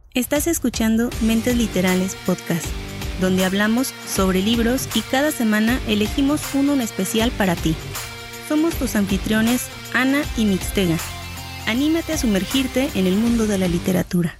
Estás escuchando Mentes Literales Podcast, donde hablamos sobre libros y cada semana elegimos uno en especial para ti. Somos tus anfitriones Ana y Mixtega. Anímate a sumergirte en el mundo de la literatura.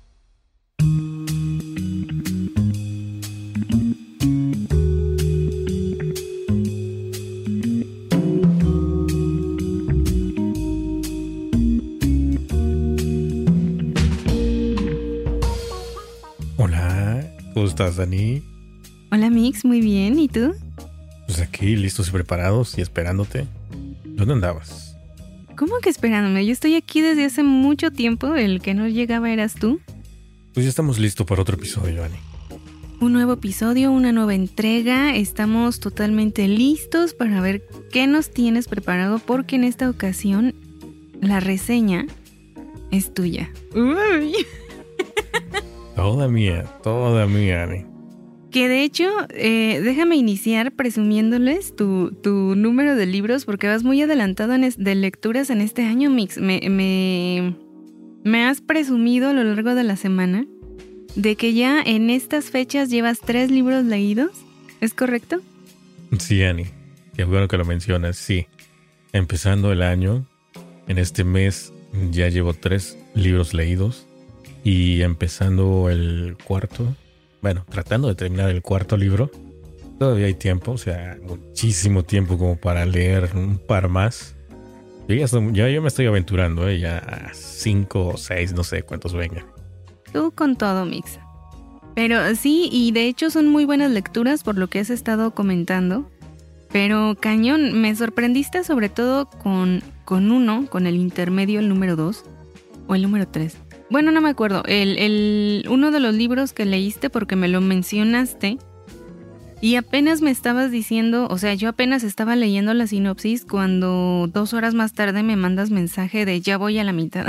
Hola, ¿cómo estás, Dani? Hola, Mix, muy bien. ¿Y tú? Pues aquí, listos y preparados y esperándote. ¿Dónde andabas? ¿Cómo que esperándome? Yo estoy aquí desde hace mucho tiempo. El que no llegaba eras tú. Pues ya estamos listos para otro episodio, Dani. Un nuevo episodio, una nueva entrega. Estamos totalmente listos para ver qué nos tienes preparado, porque en esta ocasión la reseña es tuya. ¡Uy! Toda mía, Dani. Que de hecho, déjame iniciar presumiéndoles tu número de libros, porque vas muy adelantado de lecturas en este año, Mix. Me has presumido a lo largo de la semana de que ya en estas fechas llevas 3 libros leídos. ¿Es correcto? Sí, Dani. Qué bueno que lo mencionas, sí. Empezando el año, en este mes ya llevo 3 libros leídos. Y empezando el cuarto, bueno, tratando de terminar el cuarto libro, todavía hay tiempo, o sea, muchísimo tiempo como para leer un par más. Yo me estoy aventurando, ya 5 o 6, no sé cuántos vengan. Tú con todo, Mix. Pero sí, y de hecho son muy buenas lecturas por lo que has estado comentando. Pero cañón, me sorprendiste sobre todo con el intermedio, el número 2 o el número 3. Bueno, no me acuerdo. Uno de los libros que leíste, porque me lo mencionaste y apenas me estabas diciendo, o sea, yo apenas estaba leyendo la sinopsis cuando 2 horas más tarde me mandas mensaje de ya voy a la mitad.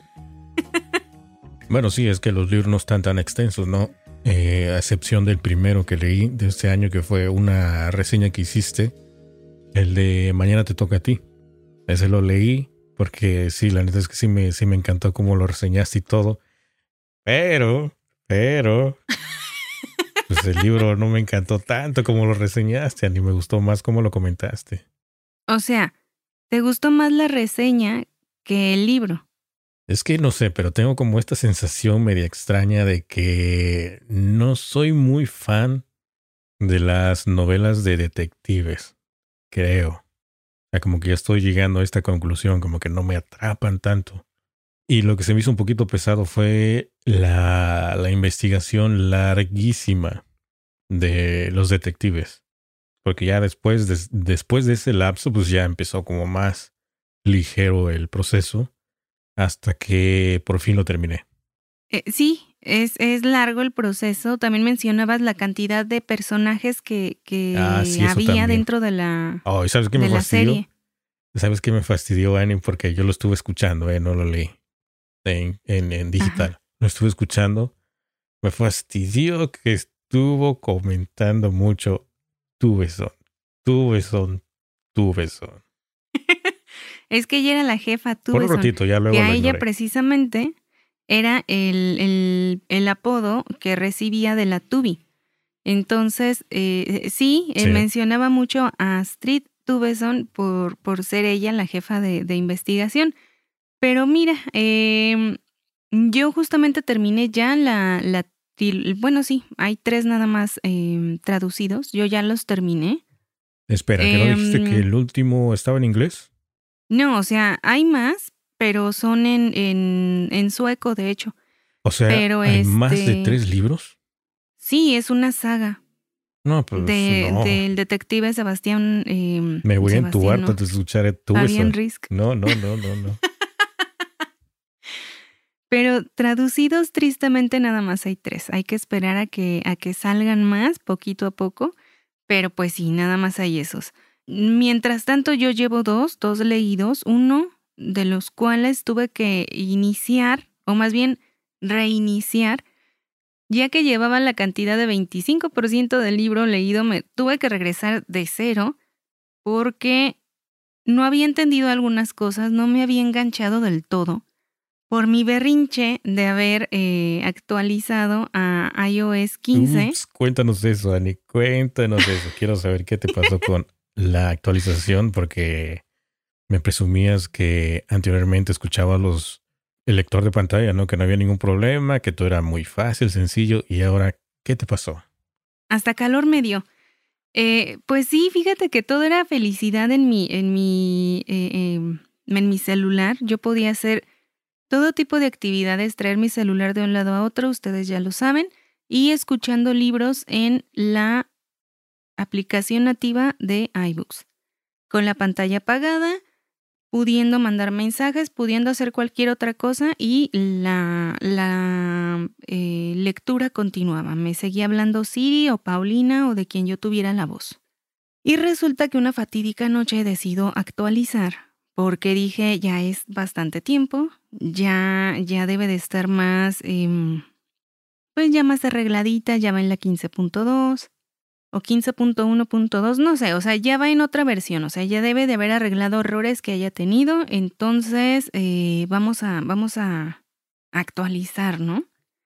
Bueno, sí, es que los libros no están tan extensos, ¿no? A excepción del primero que leí de este año, que fue una reseña que hiciste, el de Mañana te toca a ti. Ese lo leí. Porque sí, la neta es que sí me encantó cómo lo reseñaste y todo. Pero, pues el libro no me encantó tanto como lo reseñaste, ni me gustó más como lo comentaste. O sea, ¿te gustó más la reseña que el libro? Es que no sé, pero tengo como esta sensación media extraña de que no soy muy fan de las novelas de detectives, creo. O sea, como que ya estoy llegando a esta conclusión, como que no me atrapan tanto. Y lo que se me hizo un poquito pesado fue la investigación larguísima de los detectives. Porque ya después de ese lapso, pues ya empezó como más ligero el proceso hasta que por fin lo terminé. Sí, es largo el proceso. También mencionabas la cantidad de personajes que Sí, eso había también dentro de la, Oh, ¿y sabes qué de me la fastidió? serie. ¿Sabes qué me fastidió, Annie? Porque yo lo estuve escuchando, no lo leí en digital. Ajá. Lo estuve escuchando. Me fastidió que estuvo comentando mucho tu besón. Es que ella era la jefa, Por un Tubeson, ratito, ya luego que a lo ella ignoré. precisamente era el apodo que recibía de la Tubi. Entonces, sí, Sí. mencionaba mucho a Astrid Tubeson por ser ella la jefa de investigación. Pero mira, yo justamente terminé ya bueno, sí, hay 3 nada más traducidos. Yo ya los terminé. Espera, ¿que no dijiste que el último estaba en inglés? No, o sea, hay más, pero son en sueco, de hecho. O sea, Pero ¿hay más de 3 libros? sí, es una saga No, pues no. del detective Sebastián. Me voy a entubar Sebastián, para ¿no? escuchar tu Fabián besón. Risk. No. Pero traducidos, tristemente, nada más hay 3. Hay que esperar a que salgan más, poquito a poco. Pero pues sí, nada más hay esos. Mientras tanto, yo llevo 2 leídos. Uno de los cuales tuve que iniciar, o más bien reiniciar, ya que llevaba la cantidad de 25% del libro leído. Me tuve que regresar de cero porque no había entendido algunas cosas, no me había enganchado del todo. por mi berrinche de haber actualizado a iOS 15. Ups, cuéntanos eso, Ani, cuéntanos eso. Quiero saber qué te pasó con la actualización porque me presumías que anteriormente escuchabas el lector de pantalla, ¿no? Que no había ningún problema, que todo era muy fácil, sencillo. Y ahora, ¿qué te pasó? Hasta calor me dio. Pues sí, fíjate que todo era felicidad en mi celular. Yo podía hacer todo tipo de actividades, traer mi celular de un lado a otro, ustedes ya lo saben, y escuchando libros en la aplicación nativa de iBooks. Con la pantalla apagada, pudiendo mandar mensajes, pudiendo hacer cualquier otra cosa y la lectura continuaba. Me seguía hablando Siri o Paulina o de quien yo tuviera la voz. Y resulta que una fatídica noche decido actualizar porque dije ya es bastante tiempo, ya debe de estar más, pues ya más arregladita, ya va en la 15.2 o 15.1.2, no sé, o sea, ya va en otra versión, o sea, ya debe de haber arreglado errores que haya tenido, entonces vamos a actualizar, ¿no?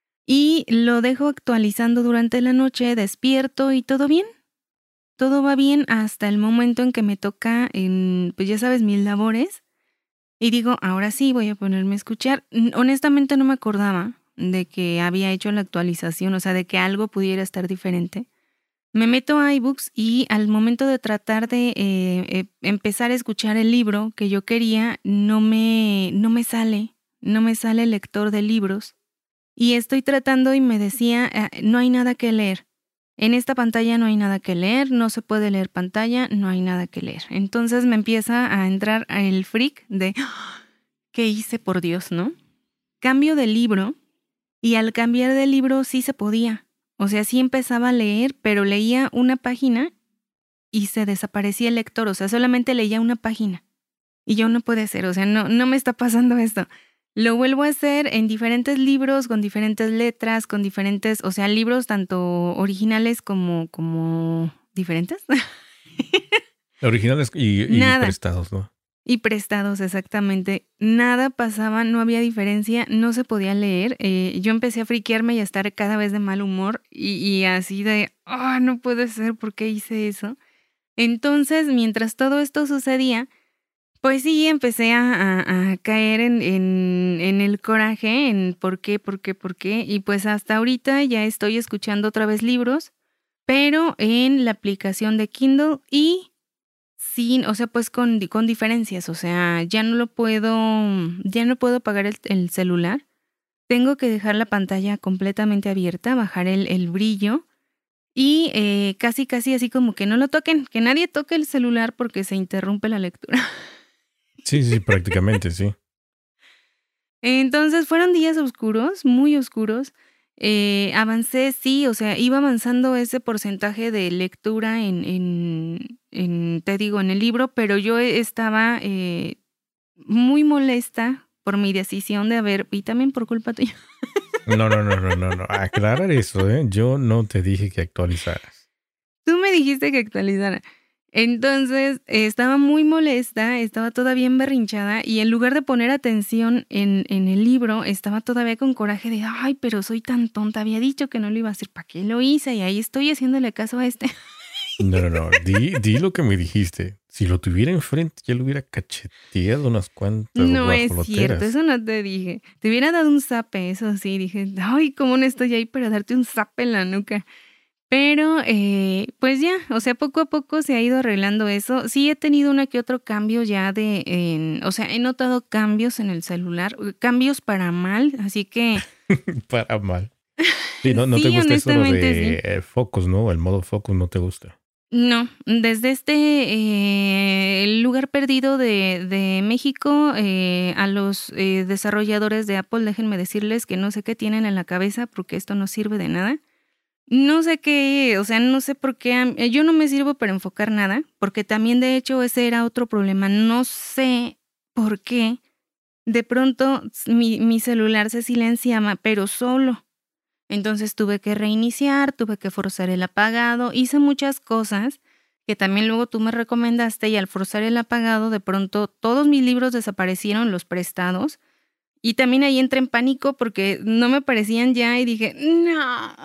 Y lo dejo actualizando durante la noche, despierto y todo bien. Todo va bien hasta el momento en que me toca, pues ya sabes, mis labores. Y digo, ahora sí voy a ponerme a escuchar. Honestamente no me acordaba de que había hecho la actualización, o sea, de que algo pudiera estar diferente. Me meto a iBooks y al momento de tratar de empezar a escuchar el libro que yo quería, no me sale el lector de libros. Y estoy tratando y me decía, no hay nada que leer. En esta pantalla no hay nada que leer, no se puede leer pantalla, no hay nada que leer. Entonces me empieza a entrar el freak de, ¿qué hice por Dios, no? Cambio de libro y al cambiar de libro sí se podía. O sea, sí empezaba a leer, pero leía una página y se desaparecía el lector. O sea, solamente leía una página. Y yo no puede ser, o sea, no me está pasando esto. Lo vuelvo a hacer en diferentes libros, con diferentes letras, con diferentes, o sea, libros tanto originales como diferentes. Originales y prestados, ¿no? Y prestados, exactamente. Nada pasaba, no había diferencia, no se podía leer. Yo empecé a friquearme y a estar cada vez de mal humor y así de, no puede ser, ¿por qué hice eso? Entonces, mientras todo esto sucedía, pues sí, empecé a caer en el coraje, en por qué, y pues hasta ahorita ya estoy escuchando otra vez libros, pero en la aplicación de Kindle y sí, o sea, pues con diferencias, o sea, ya no puedo apagar el celular, tengo que dejar la pantalla completamente abierta, bajar el brillo y casi así como que no lo toquen, que nadie toque el celular porque se interrumpe la lectura. Sí, prácticamente, sí. Entonces fueron días oscuros, muy oscuros. Avancé, sí, o sea, iba avanzando ese porcentaje de lectura te digo, en el libro, pero yo estaba muy molesta por mi decisión de haber, y también por culpa tuya. No. Aclarar eso, ¿eh? Yo no te dije que actualizaras. Tú me dijiste que actualizara. Entonces estaba muy molesta, estaba todavía emberrinchada y en lugar de poner atención en el libro, estaba todavía con coraje de, ay, pero soy tan tonta, había dicho que no lo iba a hacer, ¿para qué lo hice? Y ahí estoy haciéndole caso a este. No, di lo que me dijiste. Si lo tuviera enfrente, ya lo hubiera cacheteado unas cuantas No es guajoloteras. cierto, eso no te dije. Te hubiera dado un zape, eso sí, dije, ay, cómo no estoy ahí para darte un zape en la nuca. Pero, pues ya, o sea, poco a poco se ha ido arreglando eso. Sí he tenido uno que otro cambio ya o sea, he notado cambios en el celular, cambios para mal, así que... Para mal. Sí, no sí, te gusta eso honestamente, de focus, ¿no? El modo focus no te gusta. No, desde el lugar perdido de México a los desarrolladores de Apple, déjenme decirles que no sé qué tienen en la cabeza porque esto no sirve de nada. No sé qué, o sea, no sé por qué, yo no me sirvo para enfocar nada, porque también de hecho ese era otro problema, no sé por qué de pronto mi celular se silenciaba, pero solo. Entonces tuve que reiniciar, tuve que forzar el apagado, hice muchas cosas que también luego tú me recomendaste y al forzar el apagado de pronto todos mis libros desaparecieron, los prestados, Y también ahí entré en pánico porque no me aparecían ya y dije, no.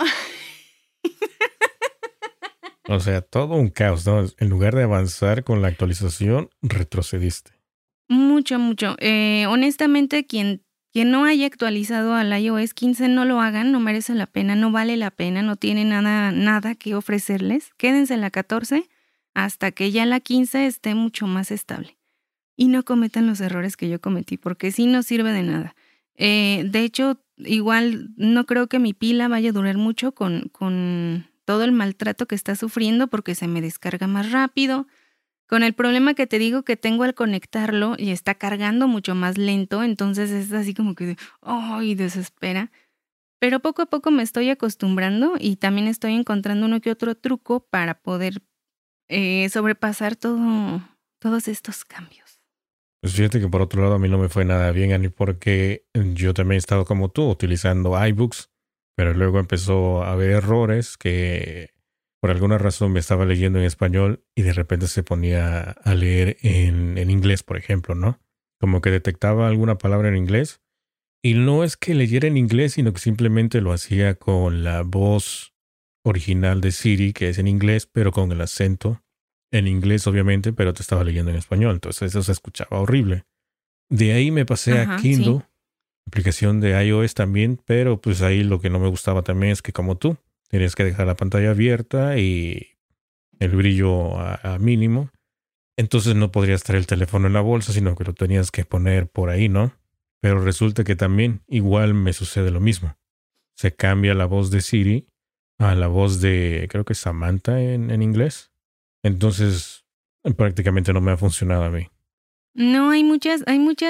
O sea, todo un caos, ¿no? En lugar de avanzar con la actualización, retrocediste. Mucho, mucho. Honestamente, quien no haya actualizado al iOS 15, no lo hagan, no merece la pena, no vale la pena, no tiene nada que ofrecerles. Quédense en la 14 hasta que ya la 15 esté mucho más estable. Y no cometan los errores que yo cometí, porque sí no sirve de nada. De hecho, igual no creo que mi pila vaya a durar mucho con todo el maltrato que está sufriendo, porque se me descarga más rápido. Con el problema que te digo que tengo al conectarlo y está cargando mucho más lento, entonces es así como que, ¡ay!, desespera. Pero poco a poco me estoy acostumbrando y también estoy encontrando uno que otro truco para poder sobrepasar todos estos cambios. Pues fíjate que por otro lado a mí no me fue nada bien, Ani, porque yo también he estado como tú utilizando iBooks, pero luego empezó a haber errores que por alguna razón me estaba leyendo en español y de repente se ponía a leer en inglés, por ejemplo, ¿no? Como que detectaba alguna palabra en inglés y no es que leyera en inglés, sino que simplemente lo hacía con la voz original de Siri, que es en inglés, pero con el acento en inglés, obviamente, pero te estaba leyendo en español. Entonces eso se escuchaba horrible. De ahí me pasé a Kindle, Sí. aplicación de iOS también, pero pues ahí lo que no me gustaba también es que como tú, tenías que dejar la pantalla abierta y el brillo a mínimo. Entonces no podrías traer el teléfono en la bolsa, sino que lo tenías que poner por ahí, ¿no? Pero resulta que también igual me sucede lo mismo. Se cambia la voz de Siri a la voz de, creo que Samantha en inglés. Entonces prácticamente no me ha funcionado a mí. No, hay muchas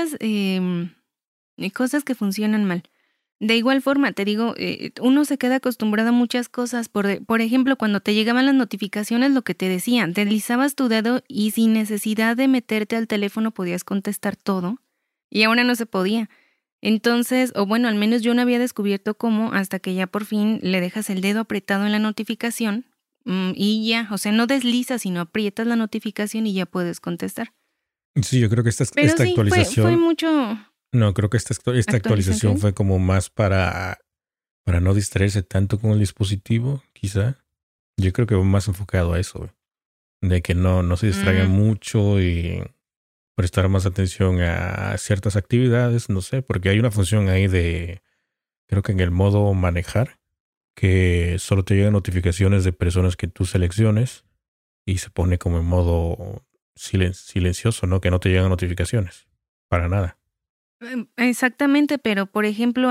cosas que funcionan mal. De igual forma, te digo, uno se queda acostumbrado a muchas cosas. Por ejemplo, cuando te llegaban las notificaciones, lo que te decían, deslizabas tu dedo y sin necesidad de meterte al teléfono podías contestar todo. Y ahora no se podía. Entonces, o bueno, al menos yo no había descubierto cómo hasta que ya por fin le dejas el dedo apretado en la notificación y ya, o sea, no deslizas, sino aprietas la notificación y ya puedes contestar. Sí, yo creo que esta Pero sí, actualización... fue mucho No, creo que esta actualización actualización. fue como más para no distraerse tanto con el dispositivo, quizá. Yo creo que va más enfocado a eso, güey. De que no se distraigan mucho y prestar más atención a ciertas actividades, no sé, porque hay una función ahí de, creo que en el modo manejar, que solo te llegan notificaciones de personas que tú selecciones y se pone como en modo silencioso, ¿no? Que no te llegan notificaciones, para nada. Exactamente, pero por ejemplo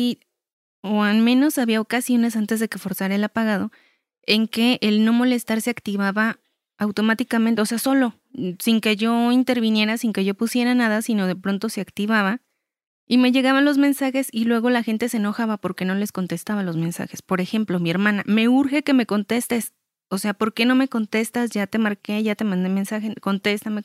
o al menos había ocasiones antes de que forzara el apagado, en que el no molestar se activaba automáticamente, o sea, solo, sin que yo interviniera, sin que yo pusiera nada, sino de pronto se activaba y me llegaban los mensajes y luego la gente se enojaba porque no les contestaba los mensajes. Por ejemplo, mi hermana, me urge que me contestes, o sea, ¿por qué no me contestas? Ya te marqué, ya te mandé mensaje, contéstame.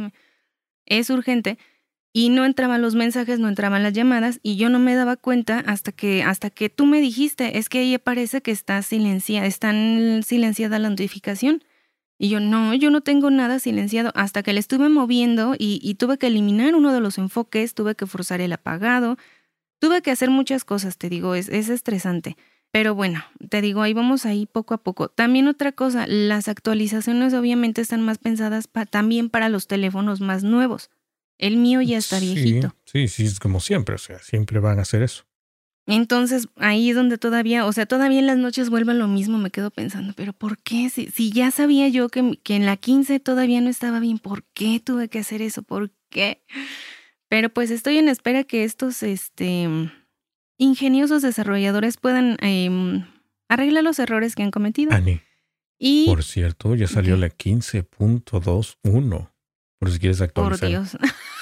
Es urgente. Y no entraban los mensajes, no entraban las llamadas y yo no me daba cuenta hasta que tú me dijiste, es que ahí parece que está silenciada la notificación. Y yo no tengo nada silenciado hasta que le estuve moviendo y tuve que eliminar uno de los enfoques, tuve que forzar el apagado, tuve que hacer muchas cosas, te digo, es estresante. Pero bueno, te digo, ahí vamos ahí poco a poco. También otra cosa, las actualizaciones obviamente están más pensadas también para los teléfonos más nuevos. El mío ya está viejito. Sí, es como siempre, o sea, siempre van a hacer eso. Entonces, ahí es donde todavía en las noches vuelve lo mismo, me quedo pensando, pero ¿por qué? Si ya sabía yo que en la 15 todavía no estaba bien, ¿por qué tuve que hacer eso? ¿Por qué? Pero pues estoy en espera que estos ingeniosos desarrolladores puedan arreglar los errores que han cometido. Ani, Y por cierto, ya salió ¿qué? la 15.21. Por si quieres actualizar. Por Dios.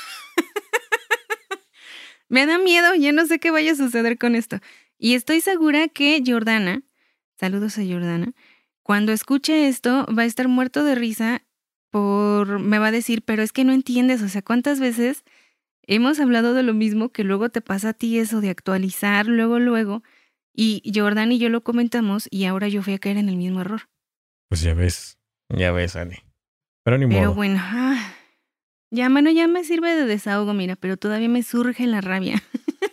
Me da miedo, ya no sé qué vaya a suceder con esto. Y estoy segura que Jordana, saludos a Jordana, cuando escuche esto va a estar muerto de risa me va a decir, pero es que no entiendes, o sea, ¿cuántas veces hemos hablado de lo mismo que luego te pasa a ti eso de actualizar luego? Y Jordana y yo lo comentamos y ahora yo fui a caer en el mismo error. Pues ya ves, Ani. Pero ni Pero modo. bueno, ya me sirve de desahogo, mira, pero todavía me surge la rabia.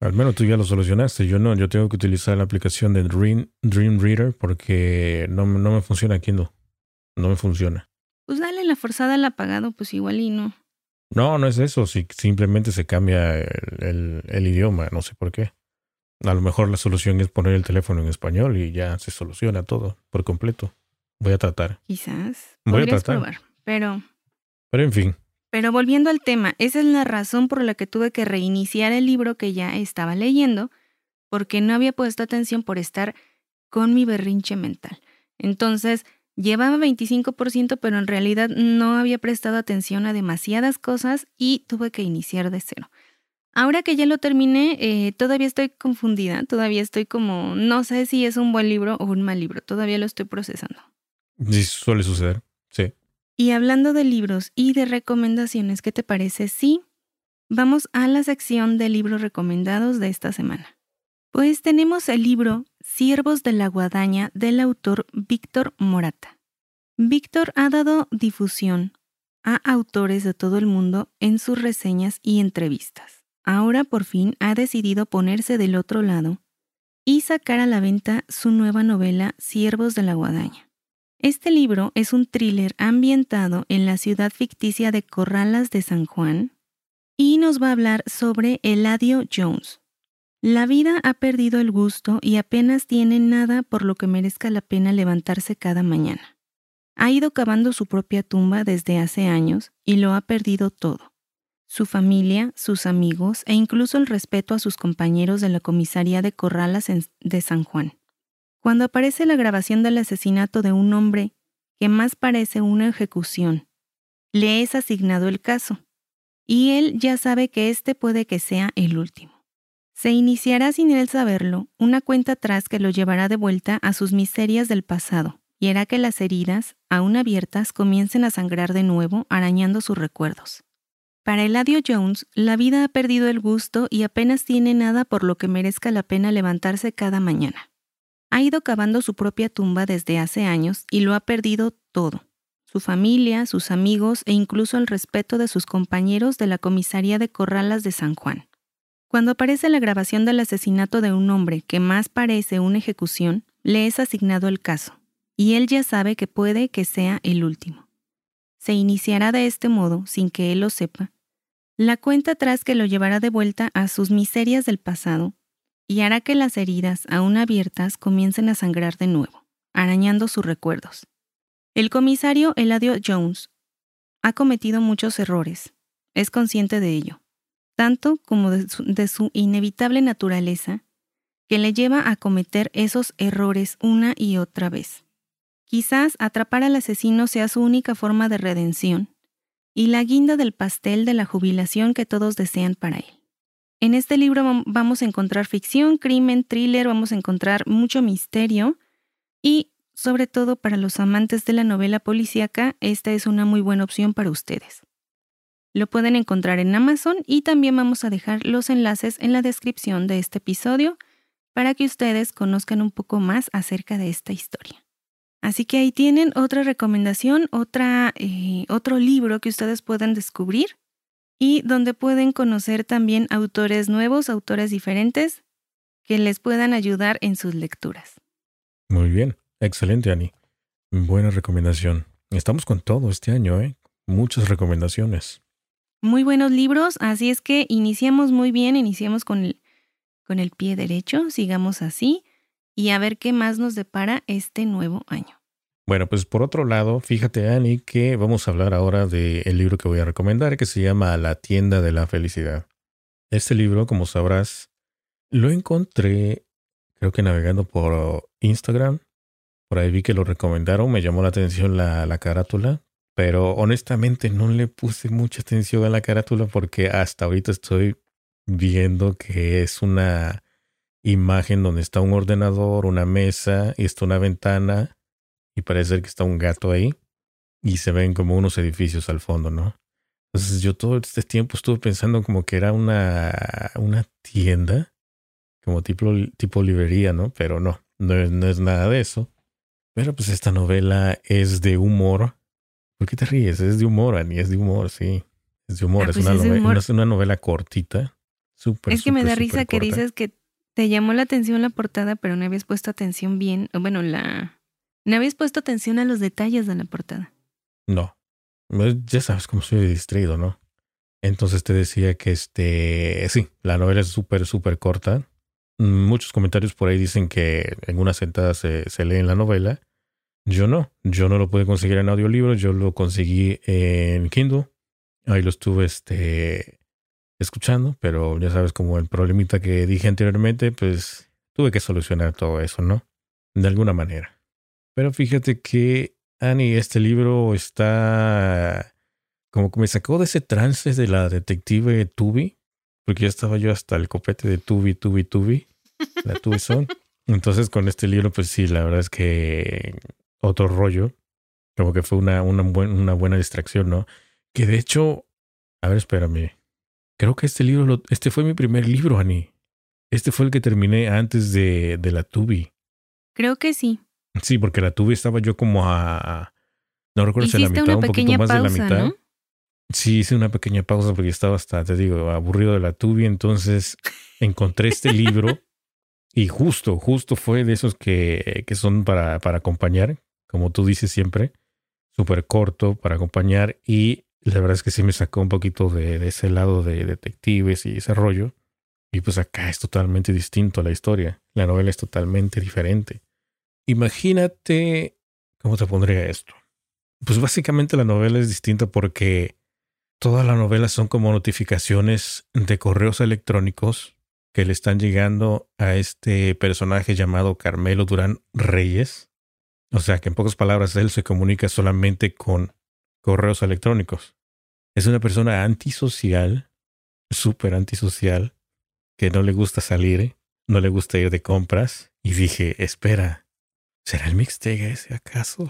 Al menos tú ya lo solucionaste. Yo no, yo tengo que utilizar la aplicación de Dream Reader porque no me funciona Kindle. No me funciona. Pues dale la forzada al apagado, pues igual y no. No es eso. Simplemente se cambia el idioma. No sé por qué. A lo mejor la solución es poner el teléfono en español y ya se soluciona todo por completo. Voy a tratar. Quizás. Voy a Podrías tratar. probar, pero en fin. Pero volviendo al tema, esa es la razón por la que tuve que reiniciar el libro que ya estaba leyendo, porque no había puesto atención por estar con mi berrinche mental. Entonces, llevaba 25%, pero en realidad no había prestado atención a demasiadas cosas y tuve que iniciar de cero. Ahora que ya lo terminé, todavía estoy confundida, todavía estoy como, no sé si es un buen libro o un mal libro, todavía lo estoy procesando. Sí, suele suceder, sí. Y hablando de libros y de recomendaciones, ¿qué te parece? Sí, vamos a la sección de libros recomendados de esta semana. Pues tenemos el libro Siervos de la Guadaña del autor Víctor Morata. Víctor ha dado difusión a autores de todo el mundo en sus reseñas y entrevistas. Ahora por fin ha decidido ponerse del otro lado y sacar a la venta su nueva novela Siervos de la Guadaña. Este libro es un thriller ambientado en la ciudad ficticia de Corralas de San Juan y nos va a hablar sobre Eladio Jones. La vida ha perdido el gusto y apenas tiene nada por lo que merezca la pena levantarse cada mañana. Ha ido cavando su propia tumba desde hace años y lo ha perdido todo. Su familia, sus amigos e incluso el respeto a sus compañeros de la comisaría de Corralas de San Juan. Cuando aparece la grabación del asesinato de un hombre que más parece una ejecución, le es asignado el caso, y él ya sabe que este puede que sea el último. Se iniciará sin él saberlo una cuenta atrás que lo llevará de vuelta a sus miserias del pasado y hará que las heridas, aún abiertas, comiencen a sangrar de nuevo, arañando sus recuerdos. Para Eladio Jones, la vida ha perdido el gusto y apenas tiene nada por lo que merezca la pena levantarse cada mañana. Ha ido cavando su propia tumba desde hace años y lo ha perdido todo. Su familia, sus amigos e incluso el respeto de sus compañeros de la comisaría de Corralas de San Juan. Cuando aparece la grabación del asesinato de un hombre que más parece una ejecución, le es asignado el caso, y él ya sabe que puede que sea el último. Se iniciará de este modo, sin que él lo sepa, la cuenta atrás que lo llevará de vuelta a sus miserias del pasado, y hará que las heridas, aún abiertas, comiencen a sangrar de nuevo, arañando sus recuerdos. El comisario Eladio Jones ha cometido muchos errores, es consciente de ello, tanto como de su inevitable naturaleza, que le lleva a cometer esos errores una y otra vez. Quizás atrapar al asesino sea su única forma de redención, y la guinda del pastel de la jubilación que todos desean para él. En este libro vamos a encontrar ficción, crimen, thriller, vamos a encontrar mucho misterio y, sobre todo para los amantes de la novela policíaca, esta es una muy buena opción para ustedes. Lo pueden encontrar en Amazon y también vamos a dejar los enlaces en la descripción de este episodio para que ustedes conozcan un poco más acerca de esta historia. Así que ahí tienen otra recomendación, otro libro que ustedes pueden descubrir y donde pueden conocer también autores nuevos, autores diferentes que les puedan ayudar en sus lecturas. Muy bien, excelente, Ani. Buena recomendación. Estamos con todo este año, ¿eh? Muchas recomendaciones. Muy buenos libros, así es que iniciamos muy bien, iniciamos con el pie derecho, sigamos así y a ver qué más nos depara este nuevo año. Bueno, pues por otro lado, fíjate, Ani, que vamos a hablar ahora del libro que voy a recomendar, que se llama La tienda de la felicidad. Este libro, como sabrás, lo encontré, creo que navegando por Instagram. Por ahí vi que lo recomendaron, me llamó la atención la carátula, pero honestamente no le puse mucha atención a la carátula porque hasta ahorita estoy viendo que es una imagen donde está un ordenador, una mesa y está una ventana. Y parece que está un gato ahí y se ven como unos edificios al fondo, ¿no? Entonces yo todo este tiempo estuve pensando como que era una tienda, como tipo librería, ¿no? Pero no es nada de eso. Pero pues esta novela es de humor. ¿Por qué te ríes? Es de humor, Ani, es de humor, sí. Es de humor, es una novela cortita. Súper, Es que me da súper, risa súper que corta. dices que te llamó la atención la portada, pero no habías puesto atención bien. O bueno, no habías puesto atención a los detalles de la portada. No, ya sabes cómo soy distraído, ¿no? Entonces te decía que sí, la novela es súper, súper corta. Muchos comentarios por ahí dicen que en una sentada se lee la novela. Yo no lo pude conseguir en audiolibro, yo lo conseguí en Kindle. Ahí lo estuve escuchando, pero ya sabes, como el problemita que dije anteriormente, pues tuve que solucionar todo eso, ¿no? De alguna manera. Pero fíjate que, Annie, este libro está como que me sacó de ese trance de la detective Tubi, porque ya estaba yo hasta el copete de Tubi, la Tubi Son. Entonces con este libro, pues sí, la verdad es que otro rollo, como que fue una buena distracción, ¿no? Que de hecho, a ver, espérame. Creo que este fue mi primer libro, Ani. Este fue el que terminé antes de la Tubi. Creo que sí. Sí, porque la Tubi estaba yo como no recuerdo si a la Hiciste mitad, una un poquito pequeña más de la pausa, mitad. ¿no? Sí, hice una pequeña pausa porque estaba hasta, te digo, aburrido de la Tubi. Entonces encontré este libro y justo fue de esos que son para acompañar, como tú dices siempre, súper corto para acompañar. Y la verdad es que sí me sacó un poquito de ese lado de detectives y ese rollo. Y pues acá es totalmente distinto a la historia. La novela es totalmente diferente. Imagínate, ¿cómo te pondría esto? Pues básicamente la novela es distinta porque toda la novela son como notificaciones de correos electrónicos que le están llegando a este personaje llamado Carmelo Durán Reyes. O sea que en pocas palabras él se comunica solamente con correos electrónicos. Es una persona antisocial, súper antisocial, que no le gusta salir, no le gusta ir de compras. Y dije, espera, ¿será el Mixtega ese acaso?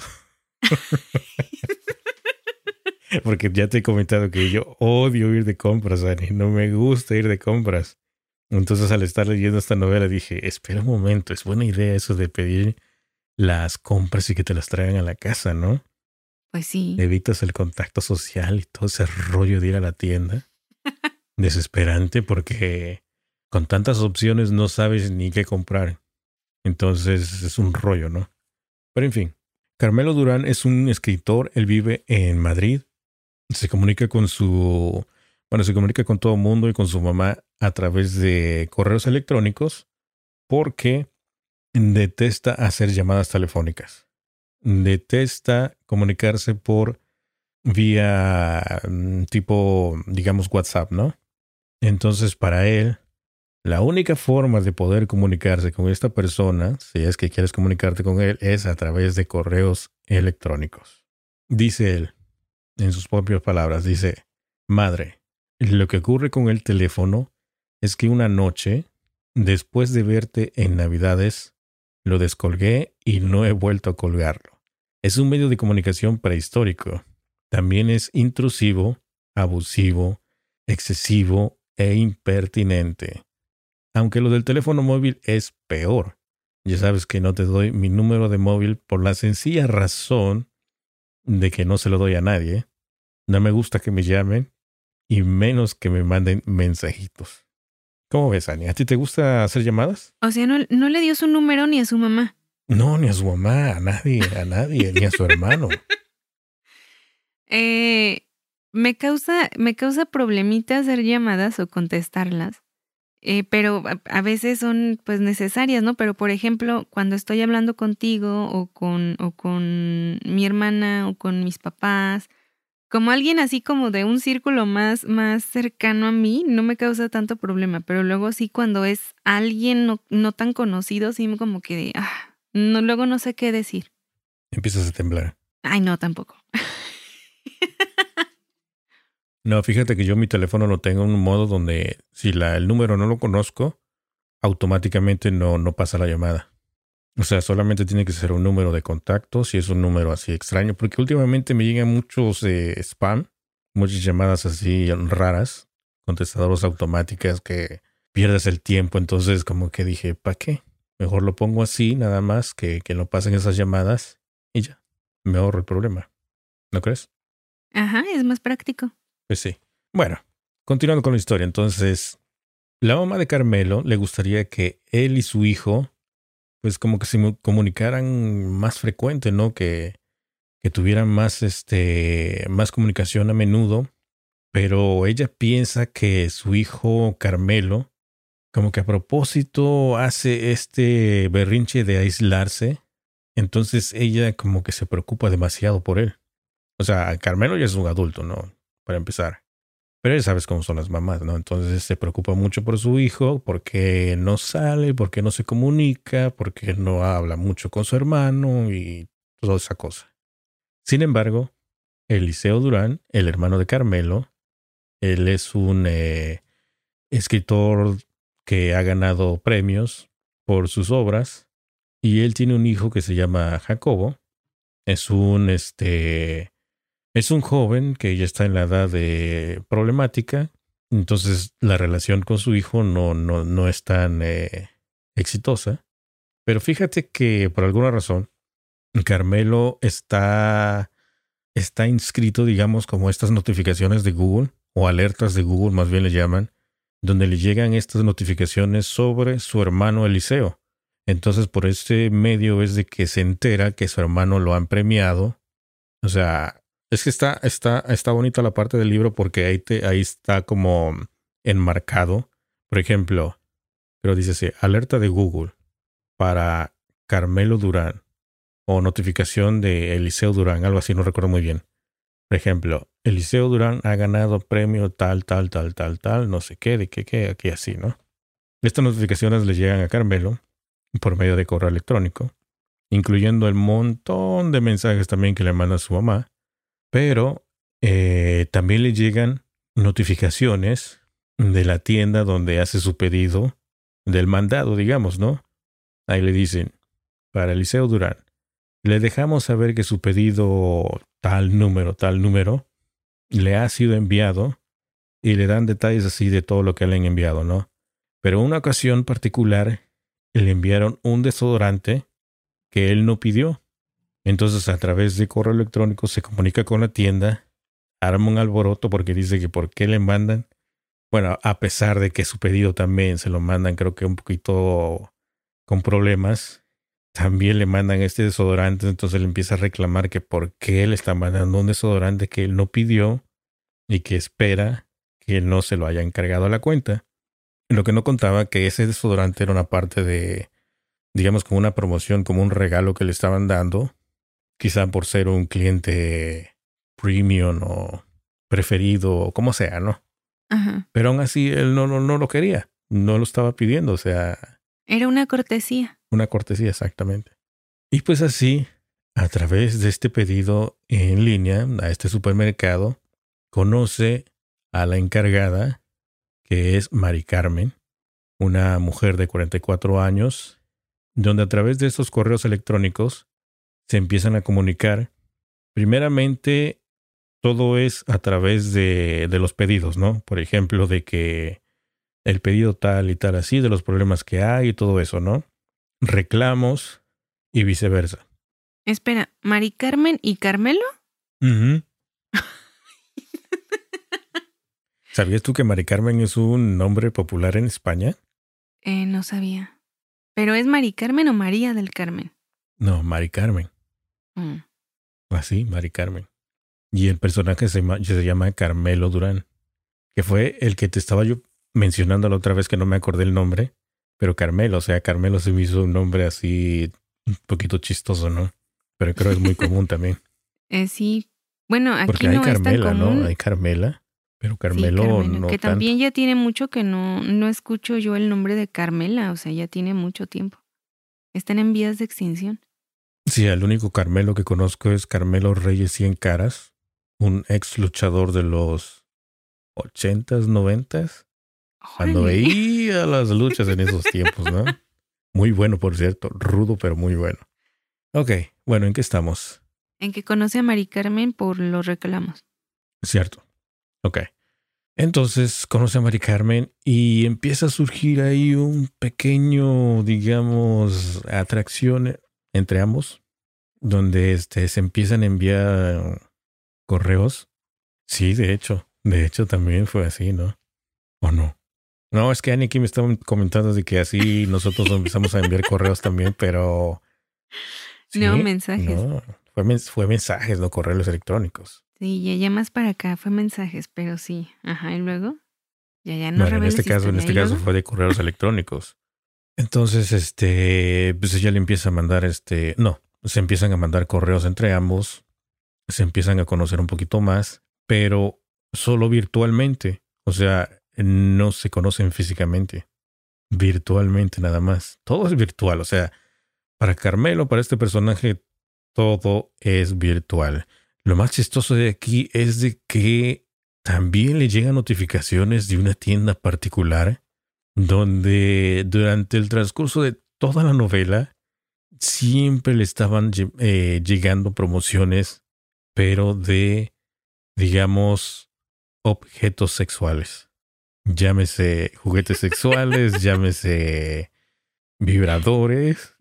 Porque ya te he comentado que yo odio ir de compras, Ani. No me gusta ir de compras. Entonces al estar leyendo esta novela dije, espera un momento, es buena idea eso de pedir las compras y que te las traigan a la casa, ¿no? Pues sí. Evitas el contacto social y todo ese rollo de ir a la tienda. Desesperante porque con tantas opciones no sabes ni qué comprar. Entonces es un rollo, ¿no? Pero en fin, Carmelo Durán es un escritor, él vive en Madrid, se comunica se comunica con todo el mundo y con su mamá a través de correos electrónicos porque detesta hacer llamadas telefónicas. Detesta comunicarse por vía tipo, digamos, WhatsApp, ¿no? Entonces, para él, la única forma de poder comunicarse con esta persona, si es que quieres comunicarte con él, es a través de correos electrónicos. Dice él, en sus propias palabras, dice, madre, lo que ocurre con el teléfono es que una noche, después de verte en Navidades, lo descolgué y no he vuelto a colgarlo. Es un medio de comunicación prehistórico. También es intrusivo, abusivo, excesivo e impertinente. Aunque lo del teléfono móvil es peor. Ya sabes que no te doy mi número de móvil por la sencilla razón de que no se lo doy a nadie. No me gusta que me llamen y menos que me manden mensajitos. ¿Cómo ves, Ani? ¿A ti te gusta hacer llamadas? O sea, no le dio su número ni a su mamá. No, ni a su mamá, a nadie, ni a su hermano. Me causa problemita hacer llamadas o contestarlas. Pero a veces son pues necesarias, ¿no? Pero por ejemplo, cuando estoy hablando contigo o con mi hermana o con mis papás, como alguien así como de un círculo más cercano a mí, no me causa tanto problema. Pero luego sí cuando es alguien no tan conocido, sí como que no, luego no sé qué decir. Empiezas a temblar. Ay, no, tampoco. No, fíjate que yo mi teléfono lo tengo en un modo donde si el número no lo conozco, automáticamente no pasa la llamada. O sea, solamente tiene que ser un número de contacto, si es un número así extraño, porque últimamente me llegan muchos spam, muchas llamadas así raras, contestadoras automáticas que pierdes el tiempo. Entonces como que dije, ¿para qué? Mejor lo pongo así, nada más, que no pasen esas llamadas y ya, me ahorro el problema. ¿No crees? Ajá, es más práctico. Pues sí. Bueno, continuando con la historia. Entonces, La mamá de Carmelo le gustaría que él y su hijo, pues como que se comunicaran más frecuente, ¿no? Que tuvieran más comunicación a menudo. Pero ella piensa que su hijo Carmelo, como que a propósito hace este berrinche de aislarse. Entonces ella como que se preocupa demasiado por él. O sea, Carmelo ya es un adulto, ¿no? Para empezar. Pero ya sabes cómo son las mamás, ¿no? Entonces se preocupa mucho por su hijo, porque no sale, porque no se comunica, porque no habla mucho con su hermano y toda esa cosa. Sin embargo, Eliseo Durán, el hermano de Carmelo, él es un escritor que ha ganado premios por sus obras y él tiene un hijo que se llama Jacobo. Es un joven que ya está en la edad de problemática. Entonces la relación con su hijo no es tan exitosa. Pero fíjate que por alguna razón Carmelo está inscrito, digamos, como estas notificaciones de Google o alertas de Google, más bien le llaman, donde le llegan estas notificaciones sobre su hermano Eliseo. Entonces por este medio es de que se entera que su hermano lo han premiado. O sea, es que está bonita la parte del libro porque ahí está como enmarcado. Por ejemplo, pero dice así, alerta de Google para Carmelo Durán o notificación de Eliseo Durán, algo así, no recuerdo muy bien. Por ejemplo, Eliseo Durán ha ganado premio tal, no sé qué, de qué, aquí así, ¿no? Estas notificaciones le llegan a Carmelo por medio de correo electrónico, incluyendo el montón de mensajes también que le manda su mamá, pero también le llegan notificaciones de la tienda donde hace su pedido del mandado, digamos, ¿no? Ahí le dicen, para Eliseo Durán, le dejamos saber que su pedido tal número, le ha sido enviado y le dan detalles así de todo lo que le han enviado, ¿no? Pero en una ocasión particular le enviaron un desodorante que él no pidió. Entonces a través de correo electrónico se comunica con la tienda, arma un alboroto porque dice que por qué le mandan. Bueno, a pesar de que su pedido también se lo mandan, creo que un poquito con problemas, también le mandan este desodorante. Entonces le empieza a reclamar que por qué le está mandando un desodorante que él no pidió y que espera que no se lo haya encargado a la cuenta. Lo que no contaba que ese desodorante era una parte de, digamos, como una promoción, como un regalo que le estaban dando, quizá por ser un cliente premium o preferido o como sea, ¿no? Ajá. Pero aún así él no lo quería, no lo estaba pidiendo, o sea... Era una cortesía. Una cortesía, exactamente. Y pues así, a través de este pedido en línea a este supermercado, conoce a la encargada, que es Mari Carmen, una mujer de 44 años, donde a través de estos correos electrónicos se empiezan a comunicar. Primeramente, todo es a través de los pedidos, ¿no? Por ejemplo, de que el pedido tal y tal así, de los problemas que hay y todo eso, ¿no? Reclamos y viceversa. Espera, ¿Mari Carmen y Carmelo? Uh-huh. ¿Sabías tú que Mari Carmen es un nombre popular en España? No sabía. ¿Pero es Mari Carmen o María del Carmen? No, Mari Carmen. Así, Mari Carmen. Y el personaje se llama Carmelo Durán, que fue el que te estaba yo mencionando la otra vez que no me acordé el nombre. Pero Carmelo, o sea, Carmelo se me hizo un nombre así un poquito chistoso, ¿no? Pero creo que es muy común también. Sí. Bueno, aquí porque hay no Carmela, es tan común. ¿no? Hay Carmela, pero Carmelo, sí, Carmelo, no que tanto. también ya tiene mucho que no escucho yo el nombre de Carmela, o sea, ya tiene mucho tiempo. Están en vías de extinción. Sí, el único Carmelo que conozco es Carmelo Reyes Cien Caras, un ex luchador de los 80s, 90s. Cuando Órale. veía las luchas en esos tiempos, ¿no? Muy bueno, por cierto. Rudo, pero muy bueno. Ok, bueno, ¿en qué estamos? En que conoce a Mari Carmen por los reclamos. Cierto. Ok. Entonces conoce a Mari Carmen y empieza a surgir ahí un pequeño, digamos, atracción entre ambos, donde se empiezan a enviar correos. Sí, de hecho también fue así, ¿no? ¿O no? No, es que Annie aquí me estaba comentando de que así nosotros empezamos a enviar correos también, pero... No, ¿Sí? mensajes. No, fue mensajes, no correos electrónicos. Sí, ya más para acá fue mensajes, pero sí. Ajá, y luego ya no Bueno, en reveles este caso historia. ¿Y luego? fue de correos electrónicos. Entonces, pues ella le empieza a mandar no, se empiezan a mandar correos entre ambos, se empiezan a conocer un poquito más, pero solo virtualmente. O sea, no se conocen físicamente, virtualmente nada más. Todo es virtual, o sea, para Carmelo, para este personaje, todo es virtual. Lo más chistoso de aquí es de que también le llegan notificaciones de una tienda particular donde durante el transcurso de toda la novela siempre le estaban llegando promociones, pero de, digamos, objetos sexuales. Llámese juguetes sexuales, llámese vibradores,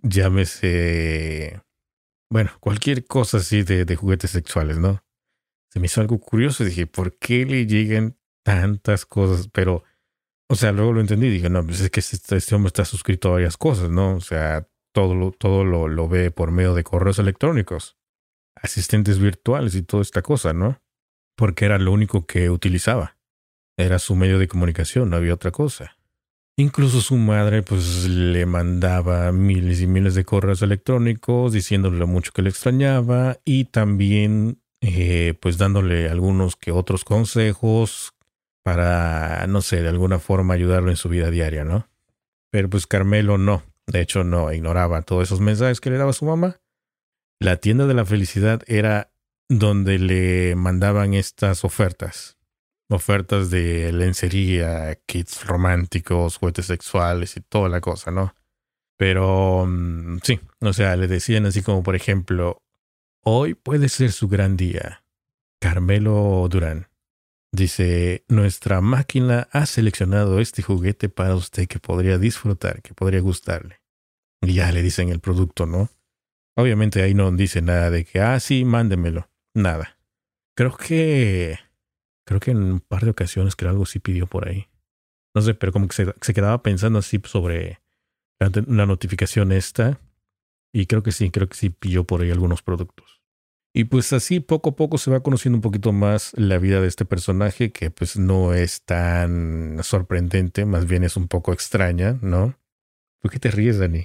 llámese, bueno, cualquier cosa así de juguetes sexuales, ¿no? Se me hizo algo curioso y dije, ¿por qué le llegan tantas cosas? Pero, o sea, luego lo entendí y dije, no, pues es que este hombre está suscrito a varias cosas, ¿no? O sea, todo lo ve por medio de correos electrónicos, asistentes virtuales y toda esta cosa, ¿no? Porque era lo único que utilizaba. Era su medio de comunicación, no había otra cosa. Incluso su madre pues le mandaba miles y miles de correos electrónicos diciéndole lo mucho que le extrañaba y también pues dándole algunos que otros consejos para, no sé, de alguna forma ayudarlo en su vida diaria, ¿no? Pero pues Carmelo no. De hecho no, ignoraba todos esos mensajes que le daba su mamá. La tienda de la felicidad era donde le mandaban estas ofertas. Ofertas de lencería, kits románticos, juguetes sexuales y toda la cosa, ¿no? Pero sí, o sea, le decían así como, por ejemplo, hoy puede ser su gran día. Carmelo Durán dice, nuestra máquina ha seleccionado este juguete para usted que podría disfrutar, que podría gustarle. Y ya le dicen el producto, ¿no? Obviamente ahí no dice nada de que, sí, mándemelo. Nada. Creo que en un par de ocasiones que algo sí pidió por ahí. No sé, pero como que se quedaba pensando así sobre la notificación esta. Y creo que sí pidió por ahí algunos productos. Y pues así poco a poco se va conociendo un poquito más la vida de este personaje que pues no es tan sorprendente, más bien es un poco extraña, ¿no? ¿Por qué te ríes, Dani?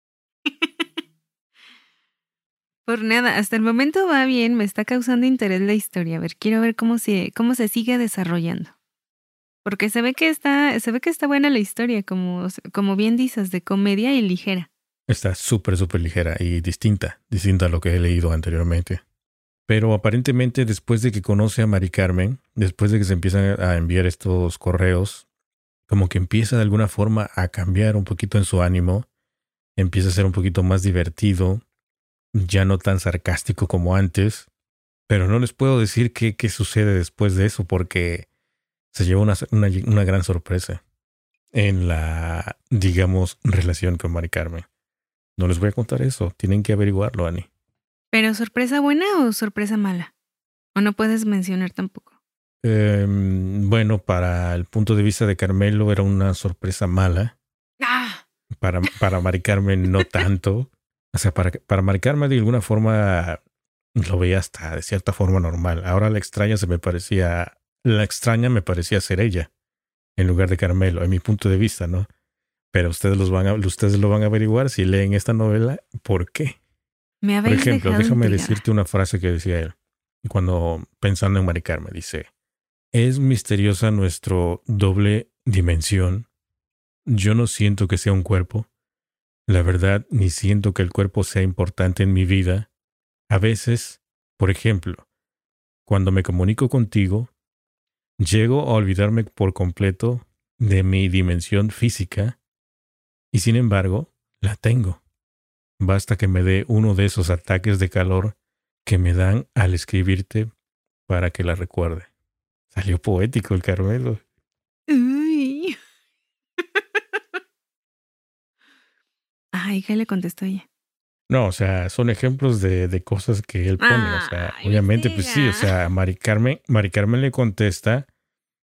Por nada, hasta el momento va bien, me está causando interés la historia. A ver, quiero ver cómo se sigue desarrollando. Porque se ve que está buena la historia, como bien dices, de comedia y ligera. Está súper, súper ligera y distinta a lo que he leído anteriormente. Pero aparentemente después de que conoce a Mari Carmen, después de que se empiezan a enviar estos correos, como que empieza de alguna forma a cambiar un poquito en su ánimo, empieza a ser un poquito más divertido, ya no tan sarcástico como antes, pero no les puedo decir qué sucede después de eso porque se lleva una gran sorpresa en la, digamos, relación con Mari Carmen. No les voy a contar eso, tienen que averiguarlo, Ani. ¿Pero sorpresa buena o sorpresa mala? ¿O no puedes mencionar tampoco? Bueno, para el punto de vista de Carmelo era una sorpresa mala. ¡Ah! Para Mari Carmen no tanto. O sea, para Mari Carmen de alguna forma lo veía hasta de cierta forma normal. Ahora la extraña me parecía ser ella en lugar de Carmelo, en mi punto de vista, ¿no? Pero ustedes lo van a averiguar si leen esta novela. ¿Por qué? Por ejemplo, déjame decirte una frase que decía él cuando pensando en Mari Carmen. Dice, es misteriosa nuestro doble dimensión. Yo no siento que sea un cuerpo. La verdad, ni siento que el cuerpo sea importante en mi vida. A veces, por ejemplo, cuando me comunico contigo, llego a olvidarme por completo de mi dimensión física y sin embargo, la tengo. Basta que me dé uno de esos ataques de calor que me dan al escribirte para que la recuerde. Salió poético el Carmelo. Uy. Ay, ¿qué le contestó ella? No, o sea, son ejemplos de cosas que él pone. O sea, obviamente, pues sí, o sea, Mari Carmen le contesta